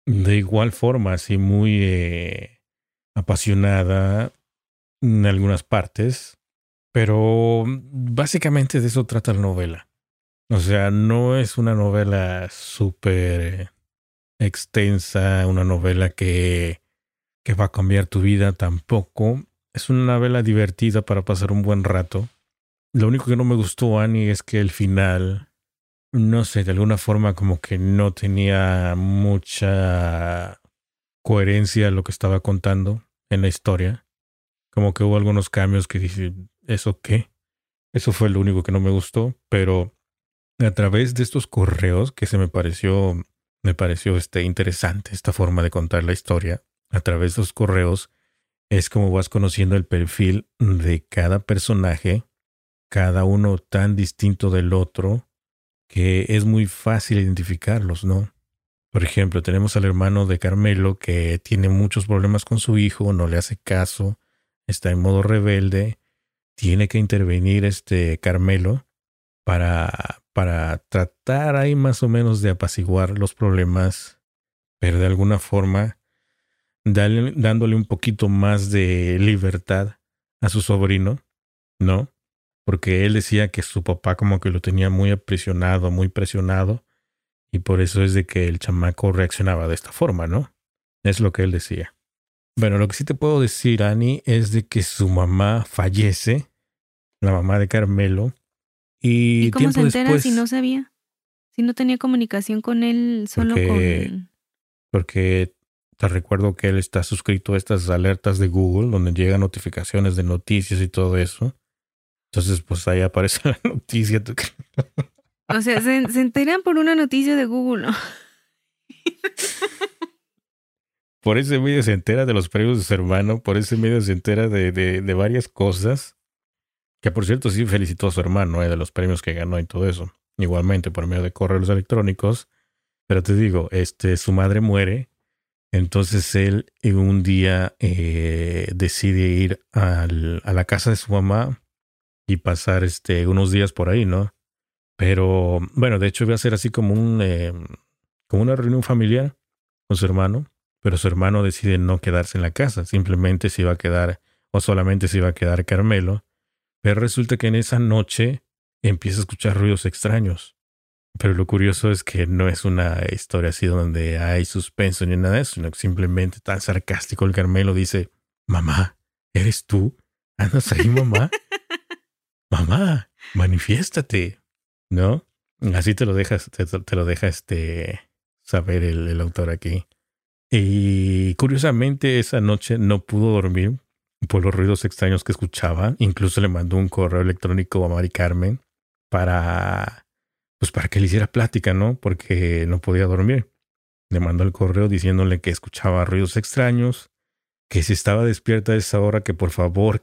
de igual forma, así muy apasionada en algunas partes, pero básicamente de eso trata la novela. O sea, no es una novela súper extensa, una novela que va a cambiar tu vida tampoco. Es una novela divertida para pasar un buen rato. Lo único que no me gustó, Annie, es que el final, no sé, de alguna forma como que no tenía mucha coherencia lo que estaba contando en la historia. Como que hubo algunos cambios que dije, ¿eso qué? Eso fue lo único que no me gustó, pero a través de estos correos que me pareció interesante esta forma de contar la historia. A través de los correos es como vas conociendo el perfil de cada personaje, cada uno tan distinto del otro, que es muy fácil identificarlos, ¿no? Por ejemplo, tenemos al hermano de Carmelo que tiene muchos problemas con su hijo, no le hace caso, está en modo rebelde, tiene que intervenir Carmelo para tratar ahí más o menos de apaciguar los problemas, pero de alguna forma dándole un poquito más de libertad a su sobrino, ¿no? Porque él decía que su papá como que lo tenía muy aprisionado, muy presionado, y por eso es de que el chamaco reaccionaba de esta forma, ¿no? Es lo que él decía. Bueno, lo que sí te puedo decir, Annie, es de que su mamá fallece, la mamá de Carmelo, ¿Y y cómo se tiempo entera después, si no sabía? Si no tenía comunicación con él, solo porque, porque te recuerdo que él está suscrito a estas alertas de Google, donde llegan notificaciones de noticias y todo eso. Entonces, pues ahí aparece la noticia. O sea, se enteran por una noticia de Google, ¿no? Por ese medio se entera de los premios de su hermano, por ese medio se entera de varias cosas. Que por cierto sí felicitó a su hermano de los premios que ganó y todo eso. Igualmente por medio de correos electrónicos. Pero te digo, su madre muere. Entonces él un día decide ir a la casa de su mamá y pasar unos días por ahí, ¿no? Pero bueno, de hecho iba a ser así como como una reunión familiar con su hermano. Pero su hermano decide no quedarse en la casa. Simplemente se iba a quedar, o solamente se iba a quedar Carmelo. Pero resulta que en esa noche empieza a escuchar ruidos extraños. Pero lo curioso es que no es una historia así donde hay suspenso ni nada de eso, sino que simplemente tan sarcástico el Carmelo dice, mamá, ¿eres tú? ¿Andas ahí, mamá? Mamá, manifiéstate, ¿no? Así te lo dejas, te lo deja saber el autor aquí. Y curiosamente esa noche no pudo dormir por los ruidos extraños que escuchaba. Incluso le mandó un correo electrónico a Mari Carmen para que le hiciera plática, ¿no? Porque no podía dormir. Le mandó el correo diciéndole que escuchaba ruidos extraños, que si estaba despierta a esa hora que por favor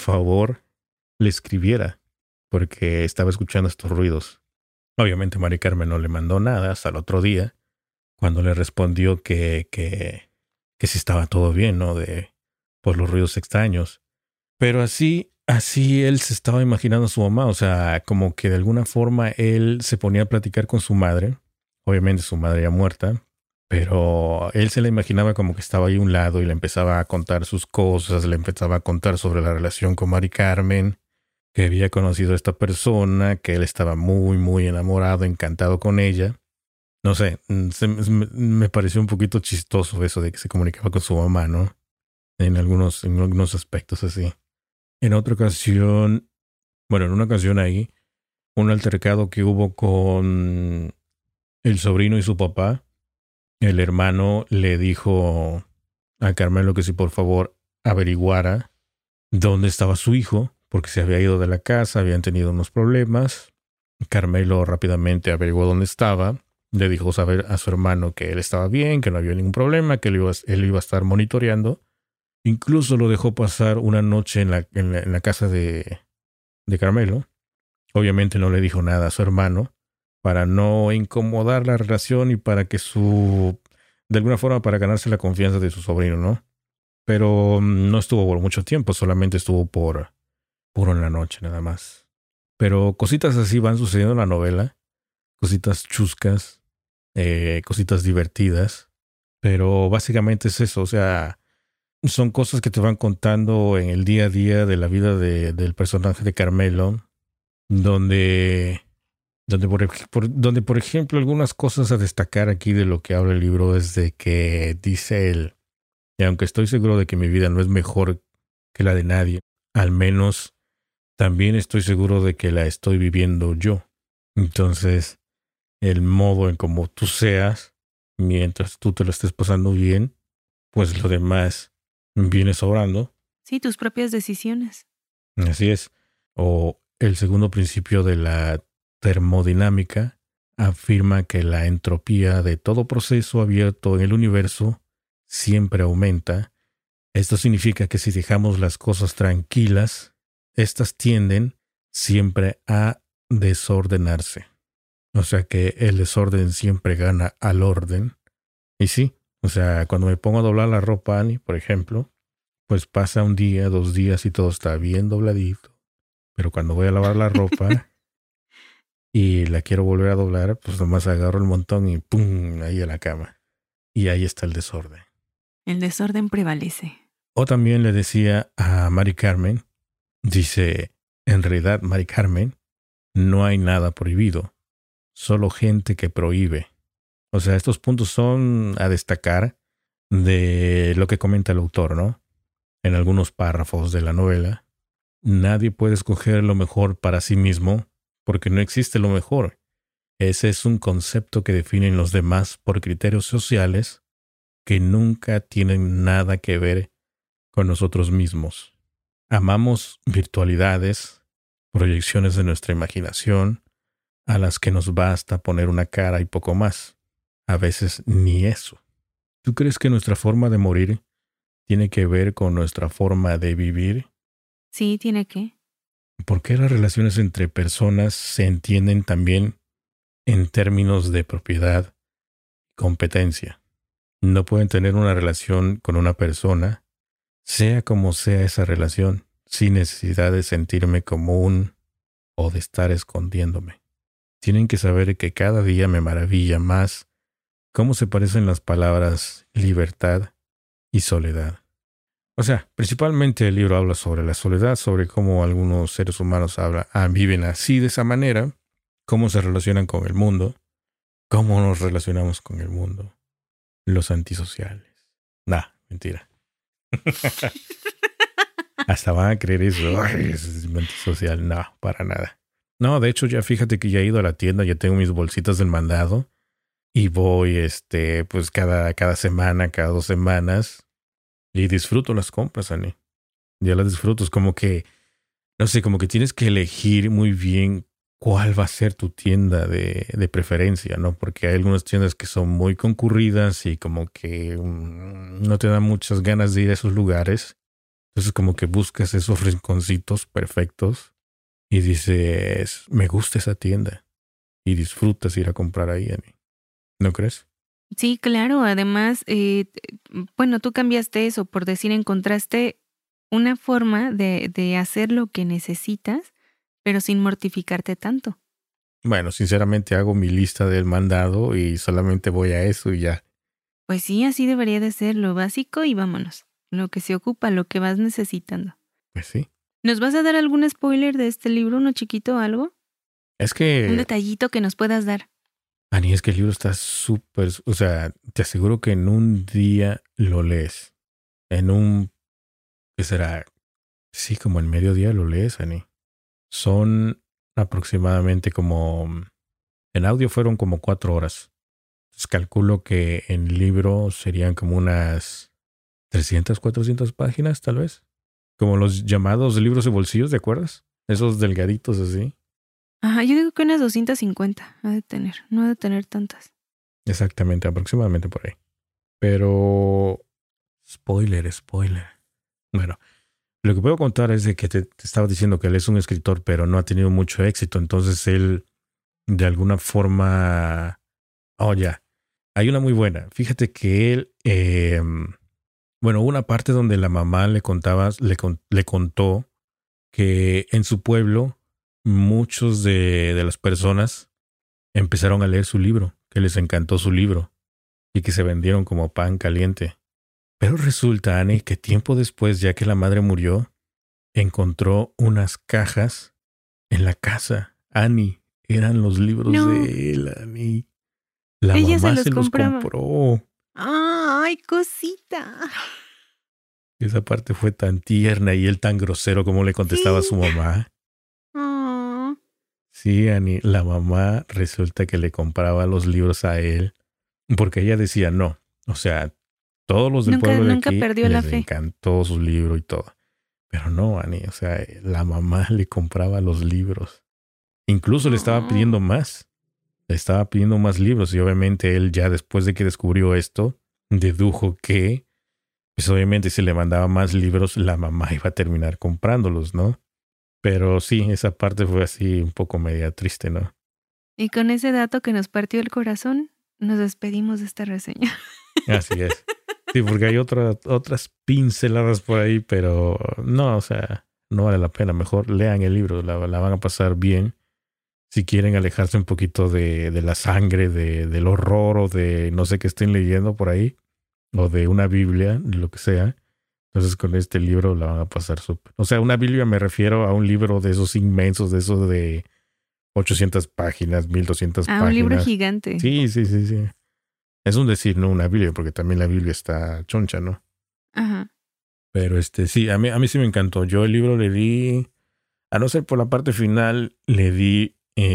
le escribiera, porque estaba escuchando estos ruidos. Obviamente Mari Carmen no le mandó nada hasta el otro día, cuando le respondió que sí estaba todo bien, ¿no? Por los ruidos extraños. Pero así él se estaba imaginando a su mamá, o sea, como que de alguna forma él se ponía a platicar con su madre, obviamente su madre ya muerta, pero él se la imaginaba como que estaba ahí a un lado y le empezaba a contar sus cosas, le empezaba a contar sobre la relación con Mari Carmen, que había conocido a esta persona, que él estaba muy, muy enamorado, encantado con ella. No sé, me pareció un poquito chistoso eso de que se comunicaba con su mamá, ¿no? En algunos aspectos así. En una ocasión ahí, un altercado que hubo con el sobrino y su papá, el hermano le dijo a Carmelo que si por favor averiguara dónde estaba su hijo, porque se había ido de la casa, habían tenido unos problemas. Carmelo rápidamente averiguó dónde estaba, le dijo saber a su hermano que él estaba bien, que no había ningún problema, que él iba a estar monitoreando. Incluso lo dejó pasar una noche en la casa de Carmelo. Obviamente no le dijo nada a su hermano para no incomodar la relación y para que de alguna forma para ganarse la confianza de su sobrino, ¿no? Pero no estuvo por mucho tiempo, solamente estuvo por una noche nada más. Pero cositas así van sucediendo en la novela, cositas chuscas, cositas divertidas. Pero básicamente es eso, o sea, son cosas que te van contando en el día a día de la vida del personaje de Carmelo, donde por ejemplo, algunas cosas a destacar aquí de lo que habla el libro es de que dice él, y aunque estoy seguro de que mi vida no es mejor que la de nadie, al menos también estoy seguro de que la estoy viviendo yo. Entonces, el modo en cómo tú seas, mientras tú te lo estés pasando bien, pues lo demás viene sobrando. Sí, tus propias decisiones. Así es. O el segundo principio de la termodinámica afirma que la entropía de todo proceso abierto en el universo siempre aumenta. Esto significa que si dejamos las cosas tranquilas, estas tienden siempre a desordenarse. O sea que el desorden siempre gana al orden. Y sí, o sea, cuando me pongo a doblar la ropa, Annie, por ejemplo, pues pasa un día, 2 días y todo está bien dobladito. Pero cuando voy a lavar la ropa y la quiero volver a doblar, pues nomás agarro el montón y ¡pum! Ahí a la cama. Y ahí está el desorden. El desorden prevalece. O también le decía a Mari Carmen, dice, en realidad, Mari Carmen, no hay nada prohibido, solo gente que prohíbe. O sea, estos puntos son a destacar de lo que comenta el autor, ¿no? En algunos párrafos de la novela. Nadie puede escoger lo mejor para sí mismo porque no existe lo mejor. Ese es un concepto que definen los demás por criterios sociales que nunca tienen nada que ver con nosotros mismos. Amamos virtualidades, proyecciones de nuestra imaginación, a las que nos basta poner una cara y poco más. A veces ni eso. ¿Tú crees que nuestra forma de morir tiene que ver con nuestra forma de vivir? Sí, tiene que. ¿Por qué las relaciones entre personas se entienden también en términos de propiedad y competencia? No pueden tener una relación con una persona, sea como sea esa relación, sin necesidad de sentirme común o de estar escondiéndome. Tienen que saber que cada día me maravilla más cómo se parecen las palabras libertad y soledad. O sea, principalmente el libro habla sobre la soledad, sobre cómo algunos seres humanos viven así de esa manera, cómo se relacionan con el mundo, cómo nos relacionamos con el mundo, los antisociales. Nah, mentira. Hasta van a creer eso. Ay, es antisocial. No, para nada. No, de hecho ya fíjate que ya he ido a la tienda, ya tengo mis bolsitas del mandado y voy pues cada semana, cada 2 semanas y disfruto las compras, Ani. Ya las disfruto. Es como que, no sé, como que tienes que elegir muy bien cuál va a ser tu tienda de preferencia, ¿no? Porque hay algunas tiendas que son muy concurridas y como que no te dan muchas ganas de ir a esos lugares. Entonces como que buscas esos rinconcitos perfectos y dices, me gusta esa tienda. Y disfrutas ir a comprar ahí, Ani. ¿No crees? Sí, claro. Además, bueno, tú cambiaste eso, por decir, encontraste una forma de hacer lo que necesitas, pero sin mortificarte tanto. Bueno, sinceramente hago mi lista del mandado y solamente voy a eso y ya. Pues sí, así debería de ser, lo básico y vámonos. Lo que se ocupa, lo que vas necesitando. Pues sí. ¿Nos vas a dar algún spoiler de este libro, uno chiquito o algo? Es que... Un detallito que nos puedas dar. Ani, es que el libro está súper... O sea, te aseguro que en un día lo lees. ¿Qué será? Sí, como en mediodía lo lees, Ani. Son aproximadamente como... En audio fueron como 4 horas. Entonces calculo que en libro serían como unas 300, 400 páginas, tal vez. Como los llamados libros de bolsillos, ¿te acuerdas? Esos delgaditos así. Ajá, yo digo que unas 250 ha de tener, no ha de tener tantas. Exactamente, aproximadamente por ahí. Pero... Spoiler. Bueno, lo que puedo contar es de que te estaba diciendo que él es un escritor, pero no ha tenido mucho éxito. Entonces él, de alguna forma... Oh, ya. Hay una muy buena. Fíjate que él... Bueno, una parte donde la mamá le contó que en su pueblo muchos de las personas empezaron a leer su libro, que les encantó su libro. y que se vendieron como pan caliente. Pero resulta, Annie, que tiempo después, ya que la madre murió, encontró unas cajas en la casa. Annie, eran los libros de él, Annie. La Ella mamá se los compraba. compró. ¡Ay, cosita! Esa parte fue tan tierna y él tan grosero como le contestaba a su mamá. Oh. Sí, Annie, la mamá resulta que le compraba los libros a él porque ella decía no. O sea, todos los del pueblo de Nunca aquí perdió la les fe. encantó su libro y todo. Pero no, Annie, o sea, la mamá le compraba los libros. Incluso le estaba pidiendo más. Le estaba pidiendo más libros y obviamente él ya después de que descubrió esto, dedujo que, pues obviamente si le mandaba más libros, la mamá iba a terminar comprándolos, ¿no? Pero sí, esa parte fue así un poco media triste, ¿no? Y con ese dato que nos partió el corazón, nos despedimos de esta reseña. Así es. Sí, porque hay otras pinceladas por ahí, pero no, o sea, no vale la pena. Mejor lean el libro, la van a pasar bien. Si quieren alejarse un poquito de la sangre, del horror o de no sé qué estén leyendo por ahí, o de una Biblia, lo que sea, entonces con este libro la van a pasar súper. O sea, una Biblia me refiero a un libro de esos inmensos, de esos de 800 páginas, 1200 páginas. Un libro gigante. Sí. Es un decir, no una Biblia, porque también la Biblia está choncha, ¿no? Ajá. Pero sí, a mí sí me encantó. Yo el libro le di, a no ser por la parte final, le di,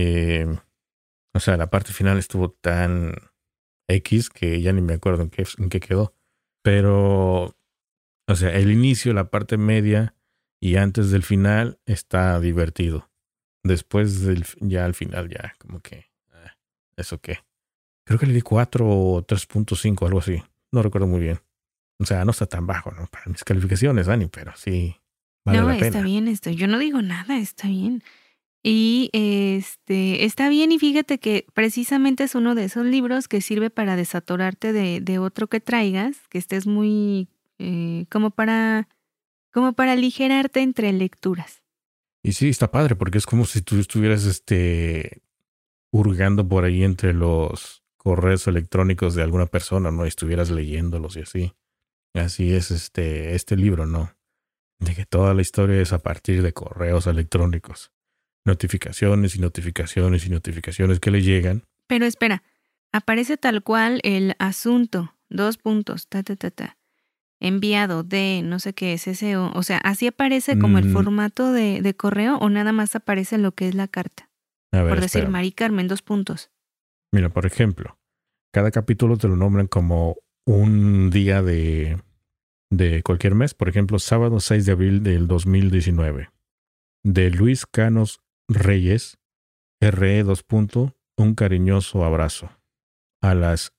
o sea, la parte final estuvo tan X que ya ni me acuerdo en qué quedó. Pero, o sea, el inicio, la parte media y antes del final está divertido. Después ya al final ya como que, ¿eso qué? Creo que le di 4 o 3.5, algo así. No recuerdo muy bien. O sea, no está tan bajo, ¿no? Para mis calificaciones, Dani, pero sí vale la pena. Está bien esto. Yo no digo nada, está bien. Y está bien, y fíjate que precisamente es uno de esos libros que sirve para desatorarte de otro que traigas, que estés muy como para aligerarte entre lecturas. Y sí, está padre, porque es como si tú estuvieras hurgando por ahí entre los correos electrónicos de alguna persona, ¿no? Y estuvieras leyéndolos y así. Así es este libro, ¿no? De que toda la historia es a partir de correos electrónicos. Notificaciones y notificaciones y notificaciones que le llegan. Pero espera, aparece tal cual el asunto, 2 puntos, enviado de no sé qué, SSO. O sea, ¿así aparece como el formato de correo o nada más aparece lo que es la carta? A ver, por decir, espérame. Mari Carmen, 2 puntos. Mira, por ejemplo, cada capítulo te lo nombran como un día de cualquier mes. Por ejemplo, sábado 6 de abril del 2019. De Luis Canos Reyes, RE 2. Un cariñoso abrazo. A las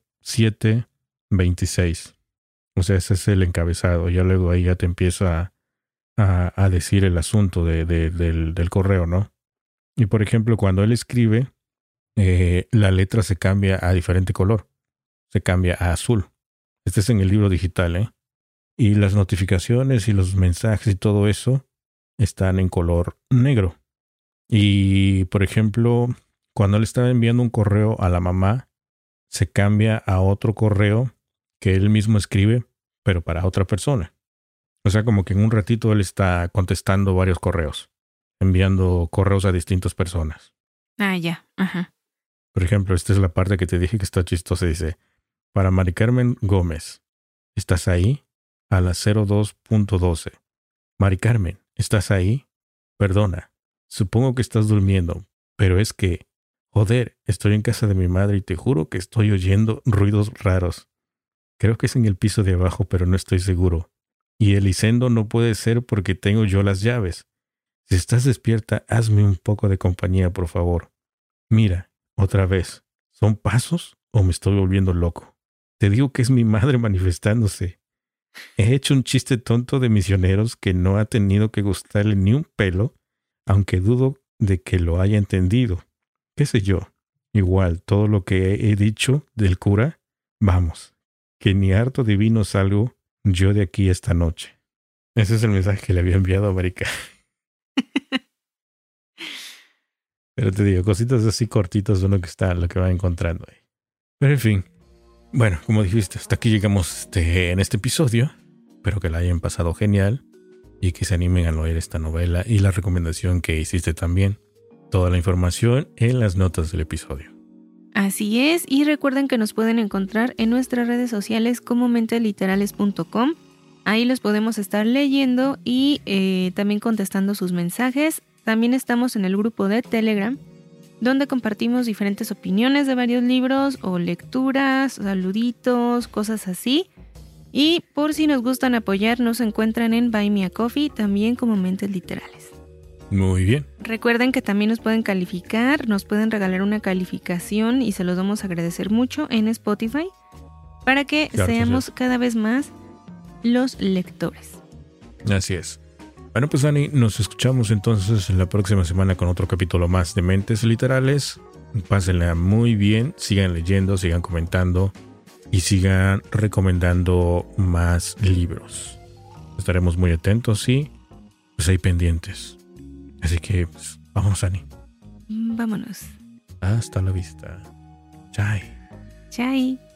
07:26. O sea, ese es el encabezado. Ya luego ahí ya te empieza a decir el asunto del correo, ¿no? Y por ejemplo, cuando él escribe, la letra se cambia a diferente color. Se cambia a azul. Este es en el libro digital, ¿eh? Y las notificaciones y los mensajes y todo eso están en color negro. Y por ejemplo, cuando él estaba enviando un correo a la mamá, se cambia a otro correo que él mismo escribe, pero para otra persona. O sea, como que en un ratito él está contestando varios correos, enviando correos a distintas personas. Ah, ya. Ajá. Por ejemplo, esta es la parte que te dije que está chistosa. Dice, para Mari Carmen Gómez, ¿estás ahí? A las 02:12. Mari Carmen, ¿estás ahí? Perdona, supongo que estás durmiendo, pero es que, joder, estoy en casa de mi madre y te juro que estoy oyendo ruidos raros. Creo que es en el piso de abajo, pero no estoy seguro. Y Elisendo no puede ser porque tengo yo las llaves. Si estás despierta, hazme un poco de compañía, por favor. Mira, otra vez, ¿son pasos o me estoy volviendo loco? Te digo que es mi madre manifestándose. He hecho un chiste tonto de misioneros que no ha tenido que gustarle ni un pelo, aunque dudo de que lo haya entendido. ¿Qué sé yo? Igual, todo lo que he dicho del cura, vamos, que ni harto divino salgo yo de aquí esta noche. Ese es el mensaje que le había enviado a América. Pero te digo, cositas así cortitas son lo que va encontrando ahí. Pero en fin, Bueno, como dijiste, hasta aquí llegamos en este episodio. Espero que la hayan pasado genial y que se animen a leer esta novela y la recomendación que hiciste también. Toda la información en las notas del episodio. Así es, y recuerden que nos pueden encontrar en nuestras redes sociales como mentesliterales.com. Ahí los podemos estar leyendo y también contestando sus mensajes. También estamos en el grupo de Telegram, donde compartimos diferentes opiniones de varios libros o lecturas, saluditos, cosas así. Y por si nos gustan apoyar, nos encuentran en Buy Me a Coffee, también como Mentes Literales. Muy bien. Recuerden que también nos pueden calificar, nos pueden regalar una calificación y se los vamos a agradecer mucho en Spotify para que seamos cada vez más los lectores. Así es. Bueno, pues Dani, nos escuchamos entonces la próxima semana con otro capítulo más de Mentes Literales. Pásenla muy bien, sigan leyendo, sigan comentando y sigan recomendando más libros. Estaremos muy atentos y pues ahí pendientes. Así que pues, vamos, Dani. Vámonos. Hasta la vista. Chai. Chai.